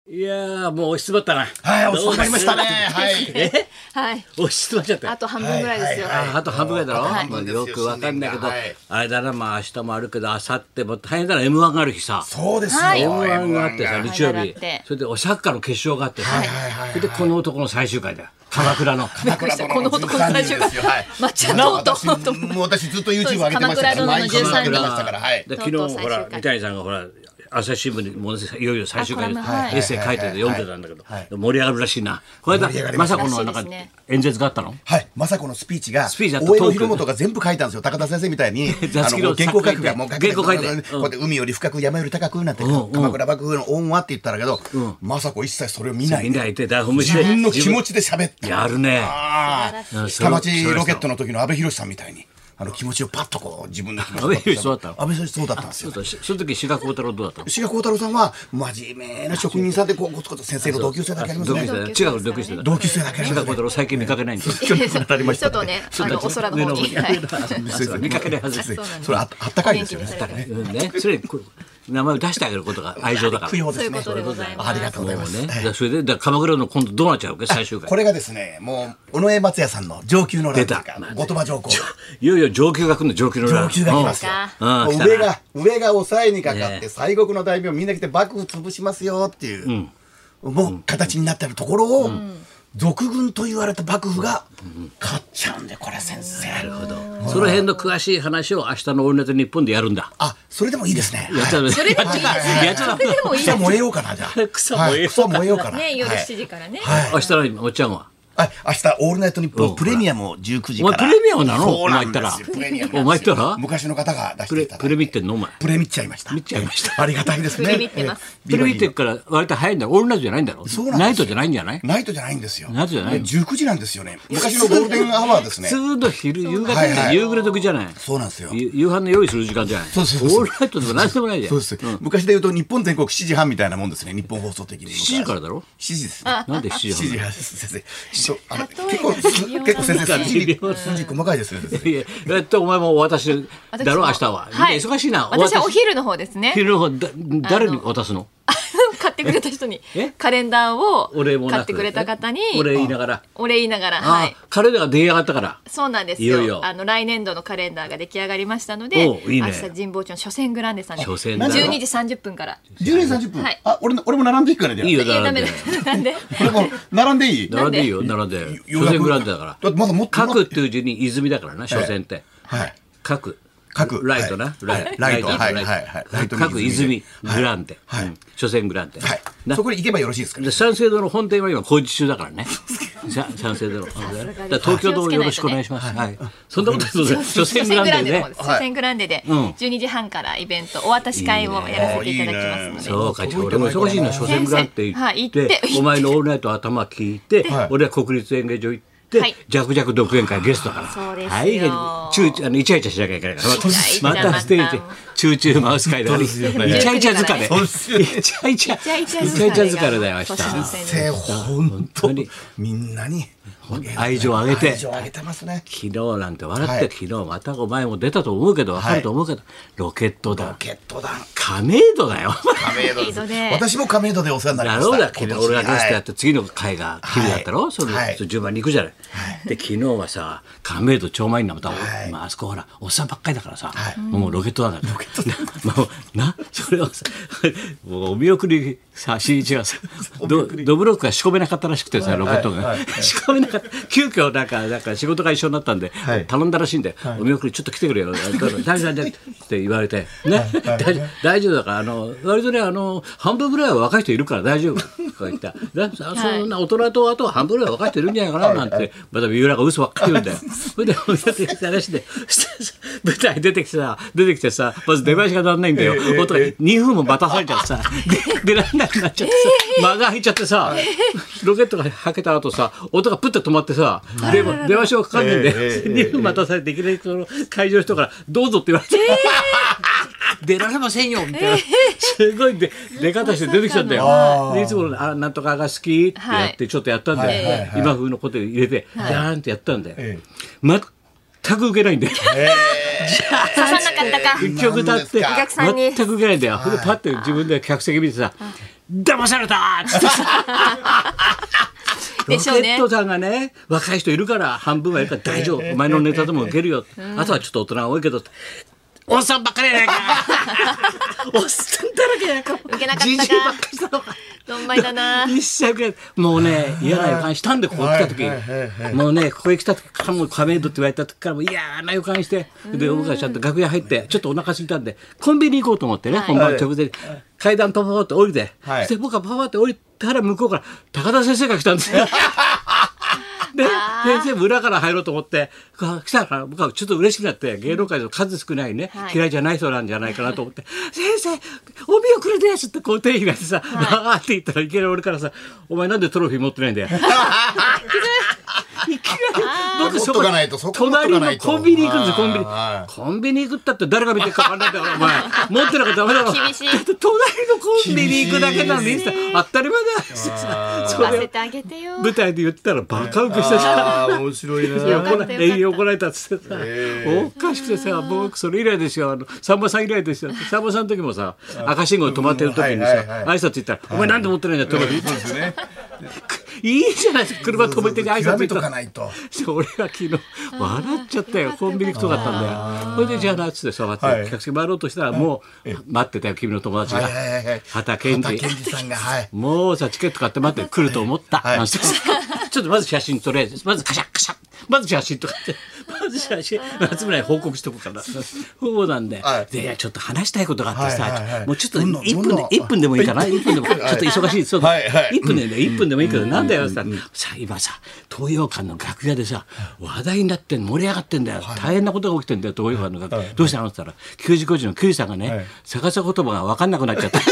いやーもう押し詰まったな。 はい、押し詰まりましたね。はい。 はい。 押し詰まっちゃった。 あと半分ぐらいですよ。 あと半分ぐらいだろ。 はいまあよくわかんないけど、 はいあれだな、まあ明日もあるけど、明後日も大変だな、M1 がある日さ。 そうですよ。 はい M1 があってさ、 M1 が日曜日はいだって。 それでサッカーの決勝があってさ。 はいはいはいそれでこの男の最終回だよ。鎌倉の。 びっくりした。この男の最終回。抹茶ともう私ずっと YouTube 上げてましたから。 鎌倉殿の13人毎日上げてましたから。はい。 で昨日とうとう最終回ほら三谷さんがほら朝日新聞にもういよいよ最終回であこれもはいエッセイ書いてて読んでたんだけどはい盛り上がるらしいな。これだ盛り上がりました雅子のなんからしいですね演説があったの？ はい、雅子のスピーチがスピーチだった大江戸広元が全部書いたんですよ。高田先生みたいに雑記のもう原稿書くがもう原稿書いてこうやって海より深く山より高くなんてうん鎌倉幕府の恩はって言ったんだけど、雅子一切それを見ないでみんなで台本見せて自分の気持ちで喋ってやるね。 下町ロケットの時の阿部寛さんみたいに気持ちをパッとこう自分の気持ちを阿部寛そうだったの？ 阿部寛そうだったんですよ。 その時志賀幸太郎どうだったの？ 志賀幸太郎さんは真面目な職人さんでこうコツコツ先生の同級生だけありますね。 同級生だ。違う同級生だ。 同級生だけあり志賀幸ますね。 太郎最近見かけないんですよ。 ちょっとね、お空の方に。はい見かけないはず。 そうなんですそれあったかいですよね。 お元気にされてうんね、それ名前を出してあげることが愛情だから。 供養ですね。 そういうことでございますありがとうございます。 ね、それで鎌倉の今度どうなっちゃうわけ最終回。 これがですね、もう尾上松也さんの上級の乱というか出た後鳥羽上皇いよいよ上級が来るの上級の上級が来ますよ。 うんもう来たな上が抑えにかかってね西国の大名みんな来て幕府潰しますよっていう、もう形になってるところを、賊軍と言われた幕府が勝っちゃうんで、これ先生。なるほど。 その辺の詳しい話を明日のオールナイトニッポンでやるんだ。 あ、それでもいいですね。 やっちゃう。 それでもいいですね。 やっちゃう。 それでもいいです草燃えようかなじゃあ。 草燃えようか草燃えようかな。 ね、夜はい 7時からね。 明日のおっちゃんは。 はい、明日オールナイトニッポンプレミアムを19時から。 お前プレミアムなの？ そうなんお前言ったらですよ。プレミアムお前言ったら昔の方が出していただいて。 プレミってんのお前。 プレミっちゃいました。 見ちゃいました。 ありがたいですね。 プレミってますプレミってっから割と早いんだ。オールナイトじゃないんだろ？ そうなんですよナイトじゃないんじゃない？ ナイトじゃないんですよ。 ナイトじゃないの 19時なんですよね。昔のゴールデンアワーですね。 普通の昼、夕方はいはい夕暮れ時じゃない。 そうなんですよ。 夕飯の用意する時間じゃない。 そうですそうですオールナイトでも何でもないじゃん。 そうです。昔で言うと日本全国7時半みたいなもんですね。日本放送的に。 7時からだろ？ 7時ですね。 なんで7時 7時半？ 半です先生。そう例え結構先生数微妙字細かいですね。先生いや、お前も私だろ明日は。 はい。 忙しいな。 私はお昼の方ですね。 昼の方誰に渡すの？ 買ってくれた人にえカレンダーをお礼もなく買ってくれた方に俺言いながら。 お礼言いながら、はい。 カレンダーが出来上がったから。 そうなんですいよいよよ。来年度のカレンダーが出来上がりましたので、 おいいね明日神保町の初戦グランデさんで初戦だろ 12時30分から。 12時30分。 はいあ、俺も並んでいいからね。 いいよ、 いやダ並んでメだ。なんで？ 俺も並んでいい。 並んでいいよ、並んで。初戦グランデだから。 だってまだもっと書くっていう字に泉だからな、初戦って。 はい。 書く。 書くライトな。 はいライトはいはいはいライトに書く泉、グランデ。 はいうん初戦グランデ。 はい。 なそこに行けばよろしいですかねで。三省堂の本店は今工事中だからね。三省堂の。だから東京ドームよろしくお願いします。はい。そんなことです。初戦グランデねの方で。す。初戦グランデで12時半からイベントお渡し会をやらせていただきますので。 そうか、俺も忙しいの、初戦グランってはい言って行っ、てお前のオールナイト頭聞いて、俺は国立演芸場行って、 はいジャクジャク独演会ゲストから。 そうですよはい、イチャイチャしなきゃいけないから。またステージ、チューチューマウス会であり、イチャイチャ疲れ。イチャイチャ疲れだよ、明日。 年の先生本当にみんなに愛情をあげて愛情をあげてますね。 昨日なんて笑って、 はい昨日またお前も出たと思うけど、わかると思うけど、ロケット団。 ロケット団亀戸だよ。 亀戸亀戸で私も亀戸でお世話になりました。 だろうだ、昨日俺がゲストやって、次の回が昼だったろ、そのはい順番に行くじゃない。で、昨日はさ、亀戸超前になったはいまああそこほら、おっさんばっかりだからさ、もうロケットだから。ロケットだ。もう、それをさ、もうお見送りさ、新一がさ、ドブロックが仕込めなかったらしくてさ、ロケットが。仕込めなかった。急遽なんか仕事が一緒になったんで、頼んだらしいんで、お見送りちょっと来てくれよ。大丈夫って言われて、ね、大丈夫だから、割とね、半分ぐらいは若い人いるから大丈夫。とか言った。そんな大人とあと半分ぐらいは若い人いるんじゃないかななんて、また三浦が嘘ばっかり言うんだよ。それで、お見送りした話で、舞台出てきてさ、まず出囃子がなんないんだよ。2分も待たされちゃってさ、出られなくなっちゃってさ、間が空いちゃってさ、ロケットがはけた後さ、音がプッと止まってさ、電話しがかかんないんで、2分待たされて、いきなりその会場の人から、どうぞって言われて、出られませんよみたいな、すごい出方して出てきちゃったよ。でいつものなんとかが好きってやってちょっとやったんだよ。今風のこと入れて、ジャーンってやったんだよ。全く受けないんだよ。 さなかったか。 一曲歌ってお客さんに全く受けないんだよ。でパッて自分で客席見てさ「騙された!」っつってさ。ロケでしょうねットさんがね若い人いるから半分はいるから大丈夫お前のネタでも受けるよあとはちょっと大人が多いけどおっさんばっかりやないかおっさんだらけやないか受けなかったかじじいばっかりしたのかどんまいだな。 一切受けないもうね嫌な予感したんでここ来た時もうねここへ来た時からもう亀戸って言われた時からもう嫌な予感してで僕がちゃんと楽屋入ってちょっとお腹空いたんでコンビニ行こうと思ってね本番直前に階段パパパって降りてそして僕がパパって降りたら向こうから高田先生が来たんですよ。で先生も裏から入ろうと思って来たから僕はちょっと嬉しくなって芸能界の数少ないね、嫌いじゃない人なんじゃないかなと思って「先生お見送りです」ってこう手開いてさ「わーって言ったらいきなり俺からさ「お前なんでトロフィー持ってないんだよ」いきなり僕そこ隣のコンビニ行くんですよコンビニ行くったって誰が見てるか分かんないんだよお前持ってなきゃダメだろ厳しい。 だって隣のコンビニ行くだけなのにさ当たり前だよそれ言わせてあげてよ。 舞台で言ったらバカウケしてさ面白いな。 永遠怒られたっつってさおかしくてさ僕それ以来ですよさんまさん以来ですよさんまさんの時もさ赤信号で止まってる時にさ挨拶言ったら「お前なんで持ってないんだ」トロフィーいいじゃないですか車止めてに挨拶極めと言ったからないと。 俺が昨日笑っちゃったよコンビニ行くとかあったんだよそれでじゃあなっつってさ待って客席回ろうとしたらもう待ってたよ君の友達が畑健二さんがはいもうさチケット買って待って来ると思ったなんてちょっとまず写真撮れまずカシャッカシャッまず写真とかってまず写真夏村に報告しとくからそうなんででいやちょっと話したいことがあってさもうちょっと1分でもいいかな1分でもちょっと忙しいそう1分でね1分でもいいけどなんだよさ今さ東洋館の楽屋でさ話題になって盛り上がってんだよ大変なことが起きてんだよ東洋館の楽屋どうしたのって言ったら9時5時の9時さんがね逆さ言葉が分かんなくなっちゃった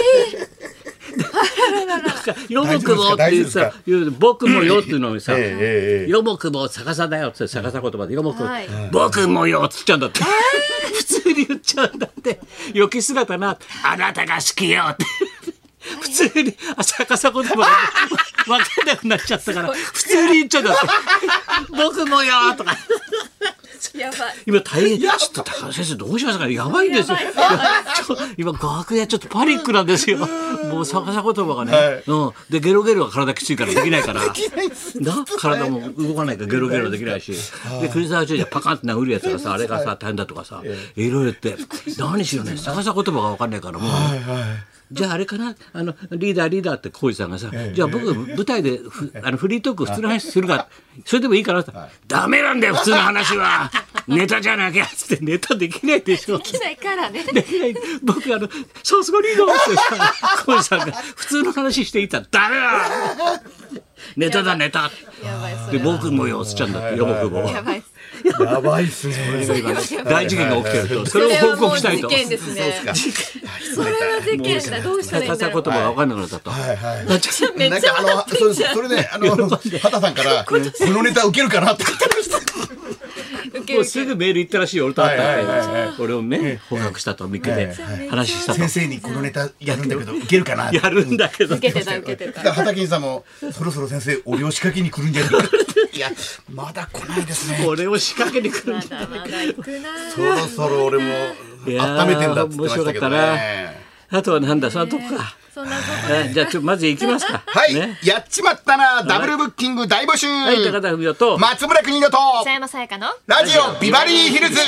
よもくもって言うさ僕もよっていうのにさよもくも逆さだよって逆さ言葉でよもくも僕もよっつっちゃうんだって普通に言っちゃうんだって良き姿なあなたが好きよって普通に逆さ言葉が分かんなくなっちゃったから普通に言っちゃうんだって僕もよとかやばい。 今大変ちょっと高田先生どうしますかねやばいんですよ今楽屋ちょっとパニックなんですよもう逆さ言葉がね、でゲロゲロは体きついからできないから体も動かないからゲロゲロできないしで栗沢中じゃパカンって殴るやつがさあれがさ大変だとかさいろいろ言って何しろね逆さ言葉が分かんないからもうじゃああれかなリーダーって浩二さんがさじゃあ僕舞台でフリートーク普通の話するからそれでもいいかなってダメなんだよ普通の話はネタじゃなきゃっつってネタできないでしょできないからね。 できない僕さすがリーダーってさ浩二さんが普通の話していたらダメだネタだネタやばいそでれは。 僕もよっつっちゃうんだってよ僕もやばい。 やばいっすね。 大事件が起きてるとそれを報告したいとそれはもう事件ですね。それは事件だ。どうしたらいいんだろう。 逆さ言葉が分かんなくなったとめっちゃなんかそれで畑さんからこのネタ受けるかなって言ってました。 もうすぐメール行ったらしいよ俺と会ったって俺をね捕獲したと見っけて話したと先生にこのネタやるんだけど受けるかなって。 やるんだけど受けてた。 だから畑さんもそろそろ先生お料仕掛けに来るんじゃないかいやまだ来ないですね。 俺を仕掛けに来るんまだだまだ行くな。 そろそろ俺も温めてんだって言ってましたけどね。 あとはなんだそのとこかそんなことじゃあまず行きますかはい、 ねやっちまったなダブルブッキング大募集。 はい高田文夫と松村邦洋と北山さやかのラジオビバリーヒルズ。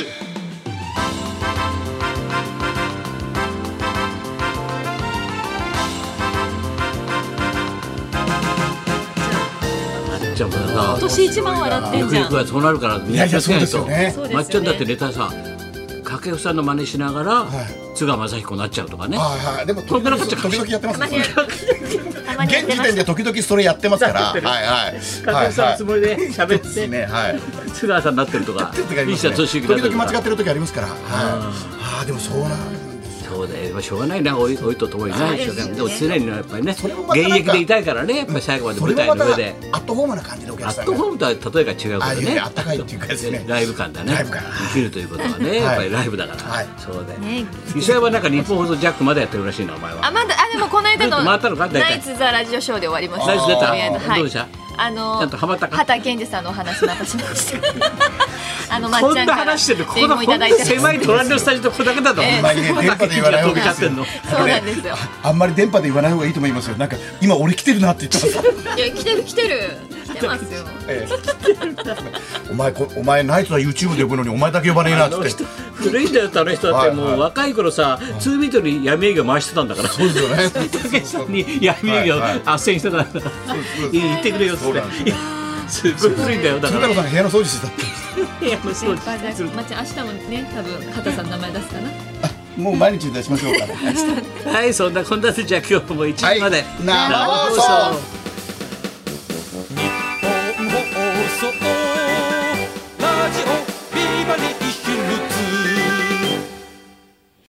じゃあ今さ年一番笑ってんじゃん。 ゆくゆくはそうなるからいやいやそうですよね。 まっちゃんだってネタさ掛布さんの真似しながら津川雅彦になっちゃうとかねはいはいでも時々やってますね。 たまにやっ現時てました。 点で時々それやってますから。はいはい掛布さんのつもりで喋ってねはい。 津川さんになってるとか西田敏行になってるとか時々間違ってる時ありますから。はい。でもそうなんですよ。 そうだよしょうがないな老いとともにないでしょでも常にやっぱりねれもまたなんか現役でいたいからねやっぱり最後まで舞台それもまたの上でアットホームな感じのおア客さんがットホームとは例えが違うけどああいうねあったかいっていうかですね。 ライブ感だねライブ感生きるということはねやっぱりライブだからはいそうだよね。 磯山はなんか日本放送ジャックまでやってるらしいなお前はまだでもこの間の回ったのか大体ナイツザラジオショーで終わりました。 ナイツ出たとりあえずはいどうでしたちゃんとハマったか畑健二さんのお話またしました。 まこんなっちゃんから話してるここの電話いただいてます。 狭い隣のスタジオとここだけだと。 あんまりね電波で言わない方がいいですよ。 そうなんですよ。 あんまり電波で言わない方がいいと思いますよ。なんか今俺来てるなって言ってます。 いや来てる来てますよ。 お前ナイツは YouTube で呼ぶのにお前だけ呼ばねえなっつって。 古いんだよってあの人だってもう若い頃さ2ビートに闇営業回してたんだから。 そうですよね。 武さんに闇営業斡旋してたから言ってくれよっつって。すごい古いんだよだから。 鶴太郎さん部屋の掃除してたって。 いやもうそうです。 まっちゃん明日もね多分畑さん名前出すかな。 もう毎日出しましょうか。 はいそんなこんなでじゃあ今日も1時まで生放送。 ラジオビバリーヒルズ